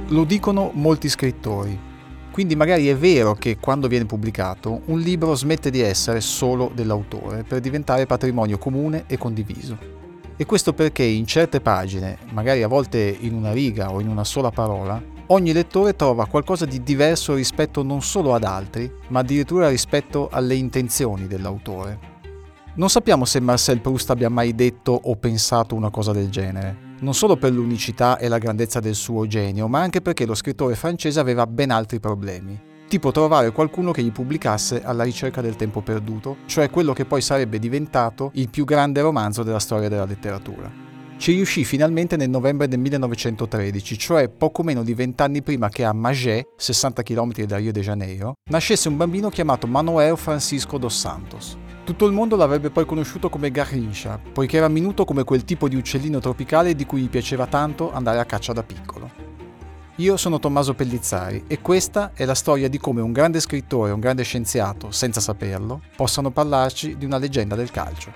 Lo dicono molti scrittori. Quindi magari è vero che quando viene pubblicato un libro smette di essere solo dell'autore per diventare patrimonio comune e condiviso. E questo perché in certe pagine, magari a volte in una riga o in una sola parola, ogni lettore trova qualcosa di diverso rispetto non solo ad altri, ma addirittura rispetto alle intenzioni dell'autore. Non sappiamo se Marcel Proust abbia mai detto o pensato una cosa del genere, non solo per l'unicità e la grandezza del suo genio, ma anche perché lo scrittore francese aveva ben altri problemi, tipo trovare qualcuno che gli pubblicasse Alla ricerca del tempo perduto, cioè quello che poi sarebbe diventato il più grande romanzo della storia della letteratura. Ci riuscì finalmente nel novembre del 1913, cioè poco meno di 20 anni prima che a Magé, 60 km da Rio de Janeiro, nascesse un bambino chiamato Manuel Francisco dos Santos. Tutto il mondo l'avrebbe poi conosciuto come Garrincha, poiché era minuto come quel tipo di uccellino tropicale di cui gli piaceva tanto andare a caccia da piccolo. Io sono Tommaso Pellizzari e questa è la storia di come un grande scrittore e un grande scienziato, senza saperlo, possano parlarci di una leggenda del calcio.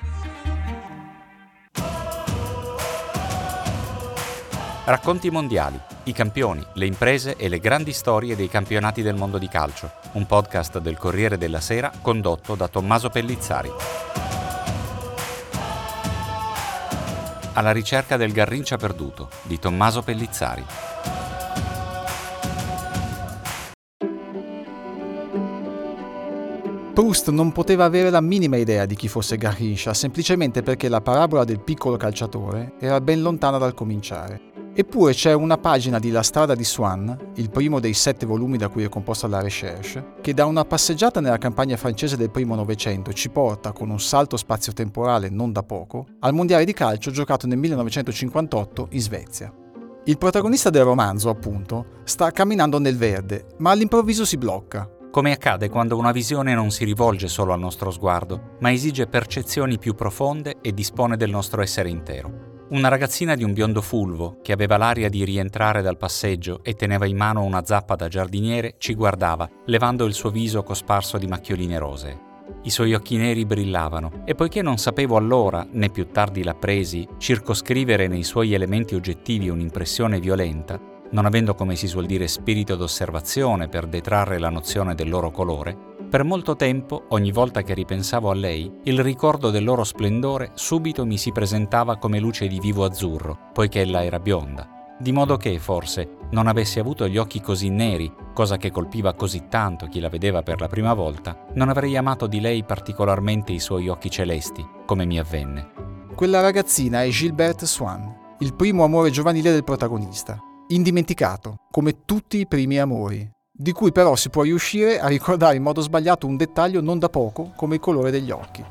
Racconti mondiali, i campioni, le imprese e le grandi storie dei campionati del mondo di calcio. Un podcast del Corriere della Sera condotto da Tommaso Pellizzari. Alla ricerca del Garrincha perduto di Tommaso Pellizzari. Proust non poteva avere la minima idea di chi fosse Garrincha, semplicemente perché la parabola del piccolo calciatore era ben lontana dal cominciare. Eppure c'è una pagina di La strada di Swann, il primo dei 7 volumi da cui è composta la Recherche, che da una passeggiata nella campagna francese del primo Novecento ci porta, con un salto spazio-temporale non da poco, al mondiale di calcio giocato nel 1958 in Svezia. Il protagonista del romanzo, appunto, sta camminando nel verde, ma all'improvviso si blocca. Come accade quando una visione non si rivolge solo al nostro sguardo, ma esige percezioni più profonde e dispone del nostro essere intero. Una ragazzina di un biondo fulvo, che aveva l'aria di rientrare dal passeggio e teneva in mano una zappa da giardiniere, ci guardava, levando il suo viso cosparso di macchioline rosee. I suoi occhi neri brillavano, e poiché non sapevo allora, né più tardi l'appresi, circoscrivere nei suoi elementi oggettivi un'impressione violenta, non avendo, come si suol dire, spirito d'osservazione per detrarre la nozione del loro colore, per molto tempo, ogni volta che ripensavo a lei, il ricordo del loro splendore subito mi si presentava come luce di vivo azzurro, poiché ella era bionda. Di modo che, forse, non avessi avuto gli occhi così neri, cosa che colpiva così tanto chi la vedeva per la prima volta, non avrei amato di lei particolarmente i suoi occhi celesti, come mi avvenne. Quella ragazzina è Gilberte Swann, il primo amore giovanile del protagonista. Indimenticato, come tutti i primi amori, di cui però si può riuscire a ricordare in modo sbagliato un dettaglio non da poco come il colore degli occhi.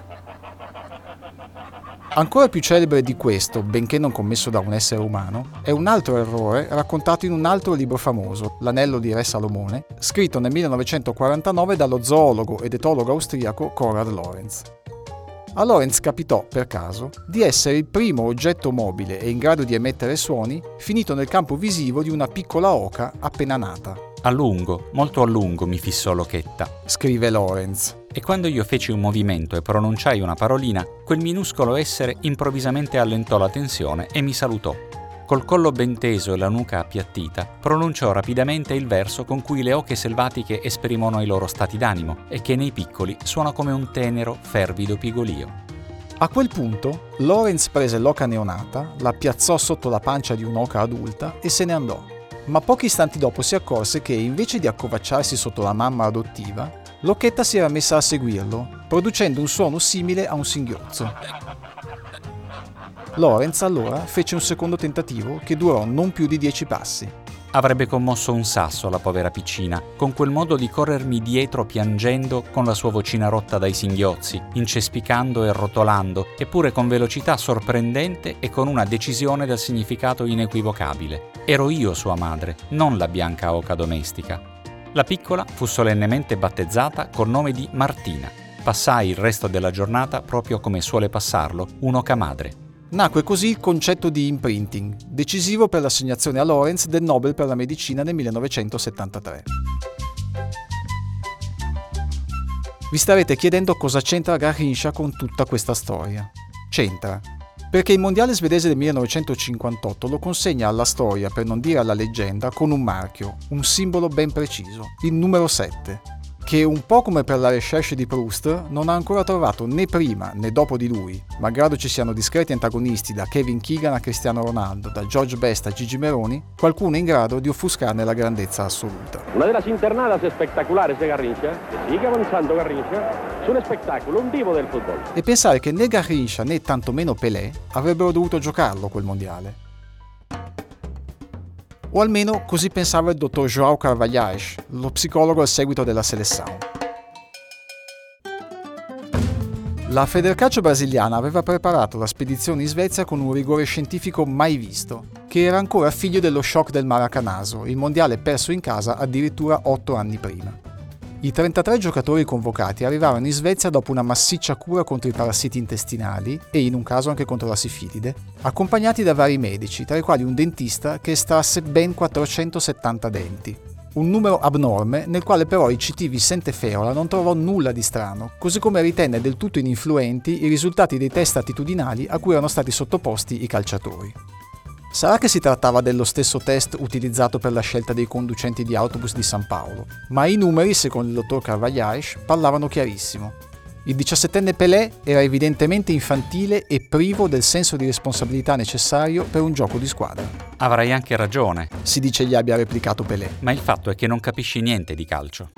Ancora più celebre di questo, benché non commesso da un essere umano, è un altro errore raccontato in un altro libro famoso, L'anello di Re Salomone, scritto nel 1949 dallo zoologo ed etologo austriaco Konrad Lorenz. A Lorenz capitò, per caso, di essere il primo oggetto mobile e in grado di emettere suoni finito nel campo visivo di una piccola oca appena nata. A lungo, molto a lungo mi fissò l'ochetta, scrive Lorenz. E quando io feci un movimento e pronunciai una parolina, quel minuscolo essere improvvisamente allentò la tensione e mi salutò. Col collo ben teso e la nuca appiattita, pronunciò rapidamente il verso con cui le oche selvatiche esprimono i loro stati d'animo e che nei piccoli suona come un tenero, fervido pigolio. A quel punto, Lorenz prese l'oca neonata, la piazzò sotto la pancia di un'oca adulta e se ne andò. Ma pochi istanti dopo si accorse che, invece di accovacciarsi sotto la mamma adottiva, l'occhetta si era messa a seguirlo, producendo un suono simile a un singhiozzo. Lorenz allora fece un secondo tentativo che durò non più di 10 passi. Avrebbe commosso un sasso la povera piccina, con quel modo di corrermi dietro piangendo con la sua vocina rotta dai singhiozzi, incespicando e rotolando, eppure con velocità sorprendente e con una decisione dal significato inequivocabile. Ero io sua madre, non la bianca oca domestica. La piccola fu solennemente battezzata col nome di Martina. Passai il resto della giornata proprio come suole passarlo un'oca madre. Nacque così il concetto di imprinting, decisivo per l'assegnazione a Lorenz del Nobel per la medicina nel 1973. Vi starete chiedendo cosa c'entra Garrincha con tutta questa storia. C'entra. Perché il mondiale svedese del 1958 lo consegna alla storia, per non dire alla leggenda, con un marchio, un simbolo ben preciso, il numero 7, che un po' come per la recherche di Proust non ha ancora trovato né prima né dopo di lui, malgrado ci siano discreti antagonisti da Kevin Keegan a Cristiano Ronaldo, da George Best a Gigi Meroni, qualcuno in grado di offuscarne la grandezza assoluta. Una de las internadas espectaculares de Garrincha, que sigue avanzando Garrincha, su un spettacolo, un divo del football. E pensare che né Garrincha né tantomeno Pelé avrebbero dovuto giocarlo quel mondiale. O almeno così pensava il dottor João Carvalhais, lo psicologo al seguito della Seleção. La Federcalcio brasiliana aveva preparato la spedizione in Svezia con un rigore scientifico mai visto, che era ancora figlio dello shock del Maracanazo, il mondiale perso in casa addirittura 8 anni prima. I 33 giocatori convocati arrivarono in Svezia dopo una massiccia cura contro i parassiti intestinali e in un caso anche contro la sifilide, accompagnati da vari medici, tra i quali un dentista che estrasse ben 470 denti. Un numero abnorme nel quale però il CT Vicente Feola non trovò nulla di strano, così come ritenne del tutto ininfluenti i risultati dei test attitudinali a cui erano stati sottoposti i calciatori. Sarà che si trattava dello stesso test utilizzato per la scelta dei conducenti di autobus di San Paolo, ma i numeri, secondo il dottor Carvalhais, parlavano chiarissimo. Il 17enne Pelé era evidentemente infantile e privo del senso di responsabilità necessario per un gioco di squadra. Avrai anche ragione, Si dice gli abbia replicato Pelé. ma il fatto è che non capisci niente di calcio.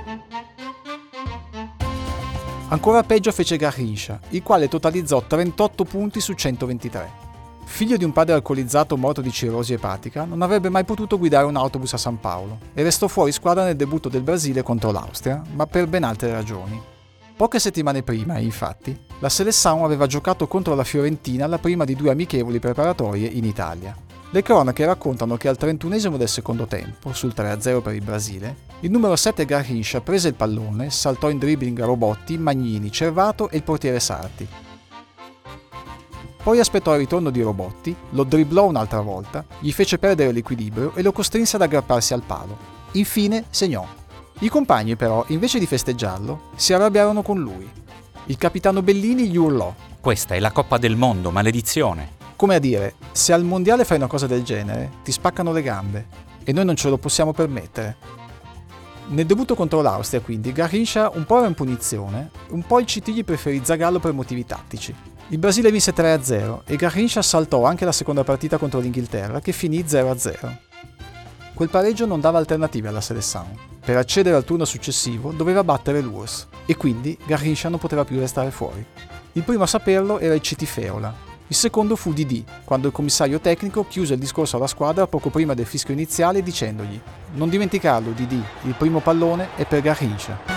Ancora peggio fece Garrincha, il quale totalizzò 38 punti su 123. Figlio di un padre alcolizzato morto di cirrosi epatica, non avrebbe mai potuto guidare un autobus a San Paolo e restò fuori squadra nel debutto del Brasile contro l'Austria, ma per ben altre ragioni. Poche settimane prima, infatti, la Seleção aveva giocato contro la Fiorentina la prima di 2 amichevoli preparatorie in Italia. Le cronache raccontano che al 31esimo del secondo tempo, sul 3-0 per il Brasile, il numero 7 Garrincha prese il pallone, saltò in dribbling a Robotti, Magnini, Cervato e il portiere Sarti. Poi aspettò il ritorno di Robotti, lo dribblò un'altra volta, gli fece perdere l'equilibrio e lo costrinse ad aggrapparsi al palo. Infine segnò. I compagni però, invece di festeggiarlo, si arrabbiarono con lui. Il capitano Bellini gli urlò. Questa è la Coppa del Mondo, maledizione! Come a dire, se al mondiale fai una cosa del genere, ti spaccano le gambe. E noi non ce lo possiamo permettere. Nel debutto contro l'Austria, quindi, Garrincha un po' era in punizione, un po' il CT gli preferì Zagallo per motivi tattici. Il Brasile vinse 3-0 e Garrincha saltò anche la seconda partita contro l'Inghilterra, che finì 0-0. Quel pareggio non dava alternative alla Seleção. Per accedere al turno successivo doveva battere l'URSS e quindi Garrincha non poteva più restare fuori. Il primo a saperlo era il CT Feola. Il secondo fu Didi, quando il commissario tecnico chiuse il discorso alla squadra poco prima del fischio iniziale dicendogli: «Non dimenticarlo, Didi, il primo pallone è per Garrincha».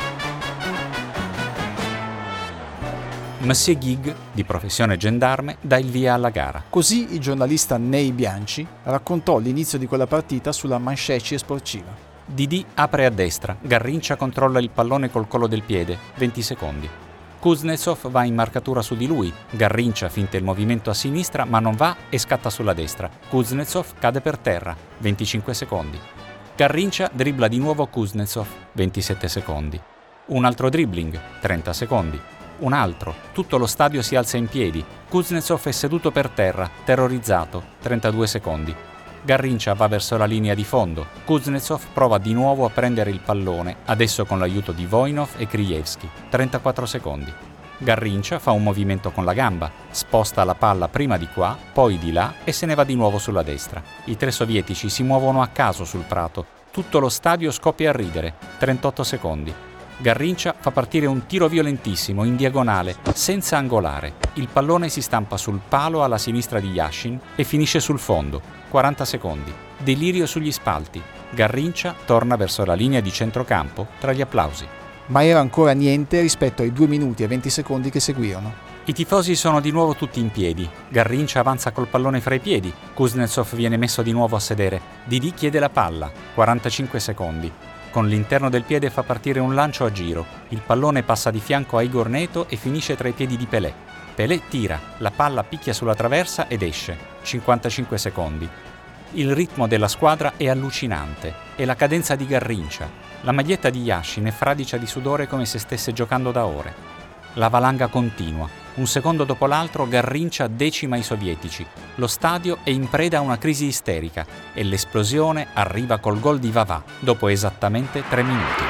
Monsieur Gig, di professione gendarme, dà il via alla gara. Così il giornalista Nei Bianchi raccontò l'inizio di quella partita sulla Manchecci Sportiva. Didi apre a destra, Garrincha controlla il pallone col collo del piede, 20 secondi. Kuznetsov va in marcatura su di lui, Garrincha finta il movimento a sinistra ma non va e scatta sulla destra. Kuznetsov cade per terra, 25 secondi. Garrincha dribbla di nuovo Kuznetsov, 27 secondi. Un altro dribbling, 30 secondi. Un altro, tutto lo stadio si alza in piedi. Kuznetsov è seduto per terra, terrorizzato, 32 secondi. Garrincha va verso la linea di fondo. Kuznetsov prova di nuovo a prendere il pallone, adesso con l'aiuto di Voinov e Krajewski, 34 secondi. Garrincha fa un movimento con la gamba, sposta la palla prima di qua, poi di là e se ne va di nuovo sulla destra. I 3 sovietici si muovono a caso sul prato. Tutto lo stadio scoppia a ridere, 38 secondi. Garrincha fa partire un tiro violentissimo in diagonale, senza angolare. Il pallone si stampa sul palo alla sinistra di Yashin e finisce sul fondo, 40 secondi. Delirio sugli spalti. Garrincha torna verso la linea di centrocampo tra gli applausi. Ma era ancora niente rispetto ai 2 minuti e 20 secondi che seguirono. I tifosi sono di nuovo tutti in piedi. Garrincha avanza col pallone fra i piedi. Kuznetsov viene messo di nuovo a sedere. Didi chiede la palla, 45 secondi. Con l'interno del piede fa partire un lancio a giro. Il pallone passa di fianco a Igor Neto e finisce tra i piedi di Pelé. Pelé tira, la palla picchia sulla traversa ed esce. 55 secondi. Il ritmo della squadra è allucinante. E la cadenza di Garrincha. La maglietta di Yashin è fradicia di sudore come se stesse giocando da ore. La valanga continua. Un secondo dopo l'altro Garrincha decima i sovietici. Lo stadio è in preda a una crisi isterica e l'esplosione arriva col gol di Vavà dopo esattamente 3 minuti.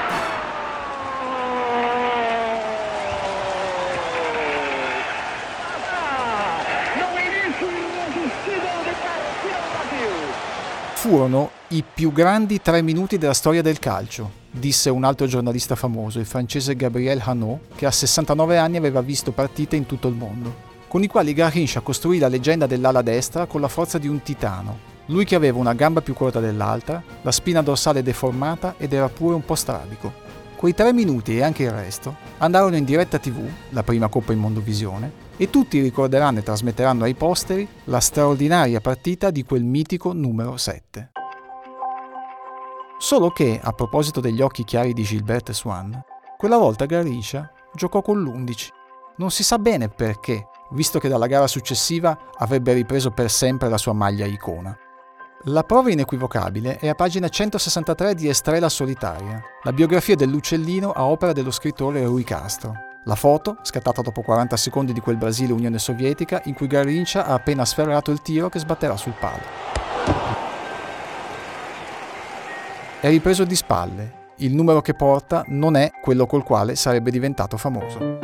Furono i più grandi 3 minuti della storia del calcio, disse un altro giornalista famoso, il francese Gabriel Hanot, che a 69 anni aveva visto partite in tutto il mondo, con i quali Garrincha costruì la leggenda dell'ala destra con la forza di un titano. Lui che aveva una gamba più corta dell'altra, la spina dorsale deformata ed era pure un po' strabico. Quei 3 minuti e anche il resto andarono in diretta TV, la prima Coppa in Mondovisione, e tutti ricorderanno e trasmetteranno ai posteri la straordinaria partita di quel mitico numero 7. Solo che, a proposito degli occhi chiari di Gilbert Swann, quella volta Garrincha giocò con l'11. Non si sa bene perché, visto che dalla gara successiva avrebbe ripreso per sempre la sua maglia icona. La prova inequivocabile è a pagina 163 di Estrela Solitaria, la biografia dell'uccellino a opera dello scrittore Rui Castro. La foto, scattata dopo 40 secondi di quel Brasile-Unione Sovietica, in cui Garrincha ha appena sferrato il tiro che sbatterà sul palo. È ripreso di spalle. Il numero che porta non è quello col quale sarebbe diventato famoso.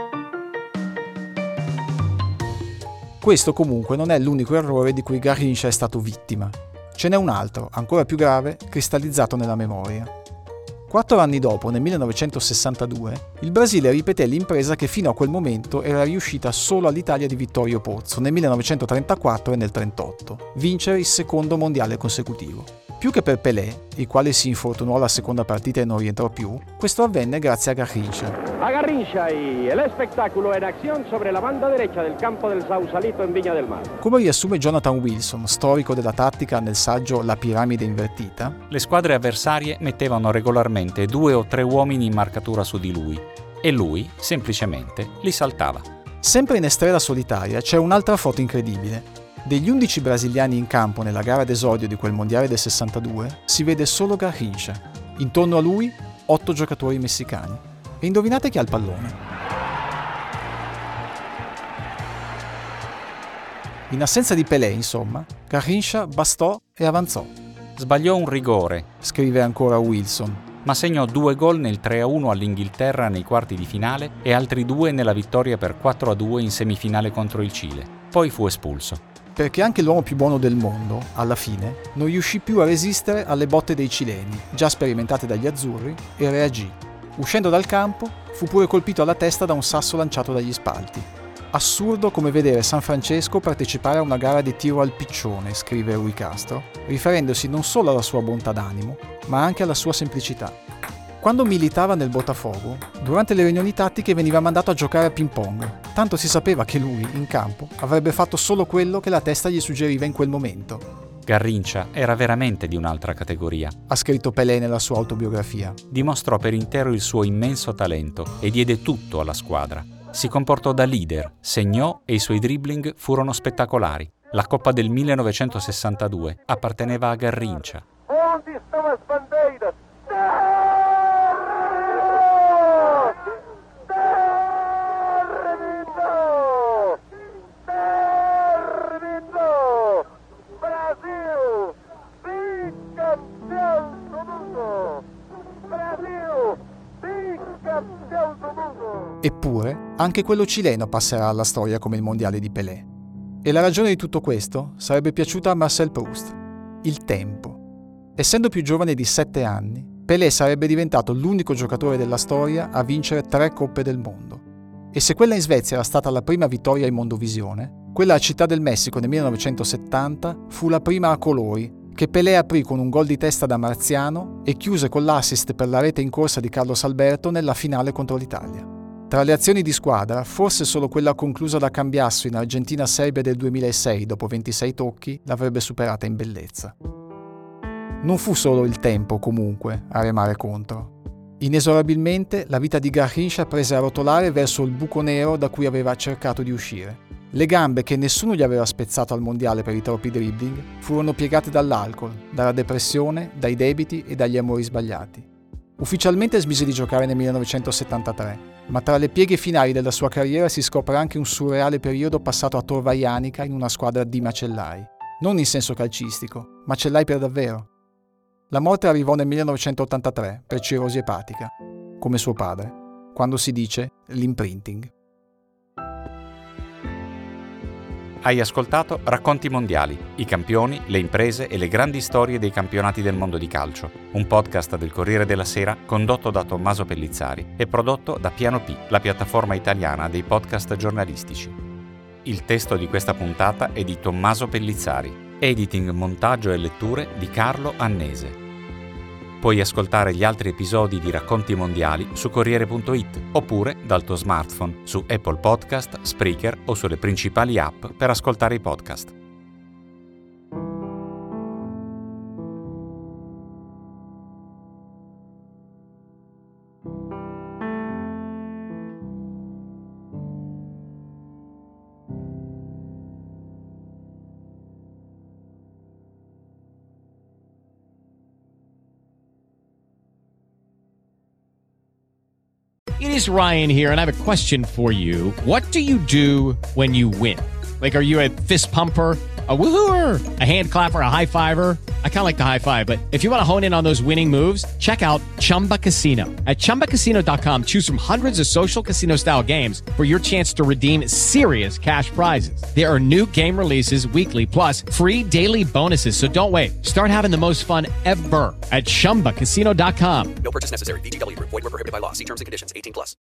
Questo comunque non è l'unico errore di cui Garrincha è stato vittima. Ce n'è un altro, ancora più grave, cristallizzato nella memoria. 4 anni dopo, nel 1962, il Brasile ripeté l'impresa che fino a quel momento era riuscita solo all'Italia di Vittorio Pozzo nel 1934 e nel 1938, vincere il secondo mondiale consecutivo. Più che per Pelé, il quale si infortunò alla seconda partita e non rientrò più, questo avvenne grazie a Garrincha. A Garrincha y el espectáculo en acción sobre la banda derecha del campo del Sausalito en Viña del Mar. Come riassume Jonathan Wilson, storico della tattica nel saggio La piramide invertita, le squadre avversarie mettevano regolarmente 2 o 3 uomini in marcatura su di lui e lui, semplicemente, li saltava. Sempre in Estrela Solitaria c'è un'altra foto incredibile. Degli 11 brasiliani in campo nella gara d'esordio di quel mondiale del 62 si vede solo Garrincha. Intorno a lui 8 giocatori messicani. E indovinate chi ha il pallone? In assenza di Pelé, insomma, Garrincha bastò e avanzò. Sbagliò un rigore, scrive ancora Wilson, ma segnò 2 gol nel 3-1 all'Inghilterra nei quarti di finale e altri 2 nella vittoria per 4-2 in semifinale contro il Cile. Poi fu espulso. Perché anche l'uomo più buono del mondo, alla fine, non riuscì più a resistere alle botte dei cileni, già sperimentate dagli azzurri, e reagì. Uscendo dal campo, fu pure colpito alla testa da un sasso lanciato dagli spalti. Assurdo come vedere San Francesco partecipare a una gara di tiro al piccione, scrive Rui Castro, riferendosi non solo alla sua bontà d'animo, ma anche alla sua semplicità. Quando militava nel Botafogo, durante le riunioni tattiche veniva mandato a giocare a ping pong, tanto si sapeva che lui, in campo, avrebbe fatto solo quello che la testa gli suggeriva in quel momento. Garrincha era veramente di un'altra categoria, ha scritto Pelé nella sua autobiografia. Dimostrò per intero il suo immenso talento e diede tutto alla squadra. Si comportò da leader, segnò e i suoi dribbling furono spettacolari. La Coppa del 1962 apparteneva a Garrincha. Eppure, anche quello cileno passerà alla storia come il mondiale di Pelé. E la ragione di tutto questo sarebbe piaciuta a Marcel Proust: il tempo. Essendo più giovane di 7 anni, Pelé sarebbe diventato l'unico giocatore della storia a vincere 3 Coppe del Mondo. E se quella in Svezia era stata la prima vittoria in Mondovisione, quella a Città del Messico nel 1970 fu la prima a colori, che Pelé aprì con un gol di testa da Marziano e chiuse con l'assist per la rete in corsa di Carlos Alberto nella finale contro l'Italia. Tra le azioni di squadra, forse solo quella conclusa da Cambiasso in Argentina-Serbia del 2006 dopo 26 tocchi l'avrebbe superata in bellezza. Non fu solo il tempo, comunque, a remare contro. Inesorabilmente la vita di Garrincha prese a rotolare verso il buco nero da cui aveva cercato di uscire. Le gambe che nessuno gli aveva spezzato al mondiale per i troppi dribbling furono piegate dall'alcol, dalla depressione, dai debiti e dagli amori sbagliati. Ufficialmente smise di giocare nel 1973, Ma tra le pieghe finali della sua carriera si scopre anche un surreale periodo passato a Tor Vaianica in una squadra di macellai. Non in senso calcistico, macellai per davvero. La morte arrivò nel 1983 per cirrosi epatica, come suo padre, quando si dice l'imprinting. Hai ascoltato Racconti Mondiali, i campioni, le imprese e le grandi storie dei campionati del mondo di calcio, un podcast del Corriere della Sera condotto da Tommaso Pellizzari e prodotto da Piano P, la piattaforma italiana dei podcast giornalistici. Il testo di questa puntata è di Tommaso Pellizzari, editing, montaggio e letture di Carlo Annese. Puoi ascoltare gli altri episodi di Racconti Mondiali su Corriere.it oppure dal tuo smartphone su Apple Podcast, Spreaker o sulle principali app per ascoltare i podcast. It is Ryan here, and I have a question for you. What do you do when you win? Like, are you a fist pumper, a woohooer, a hand clapper, a high fiver? I kind of like the high five, but if you want to hone in on those winning moves, check out Chumba Casino. At ChumbaCasino.com, choose from hundreds of social casino-style games for your chance to redeem serious cash prizes. There are new game releases weekly, plus free daily bonuses. So don't wait. Start having the most fun ever at ChumbaCasino.com. No purchase necessary. VGW Group. Void where prohibited by law. See terms and conditions. 18+.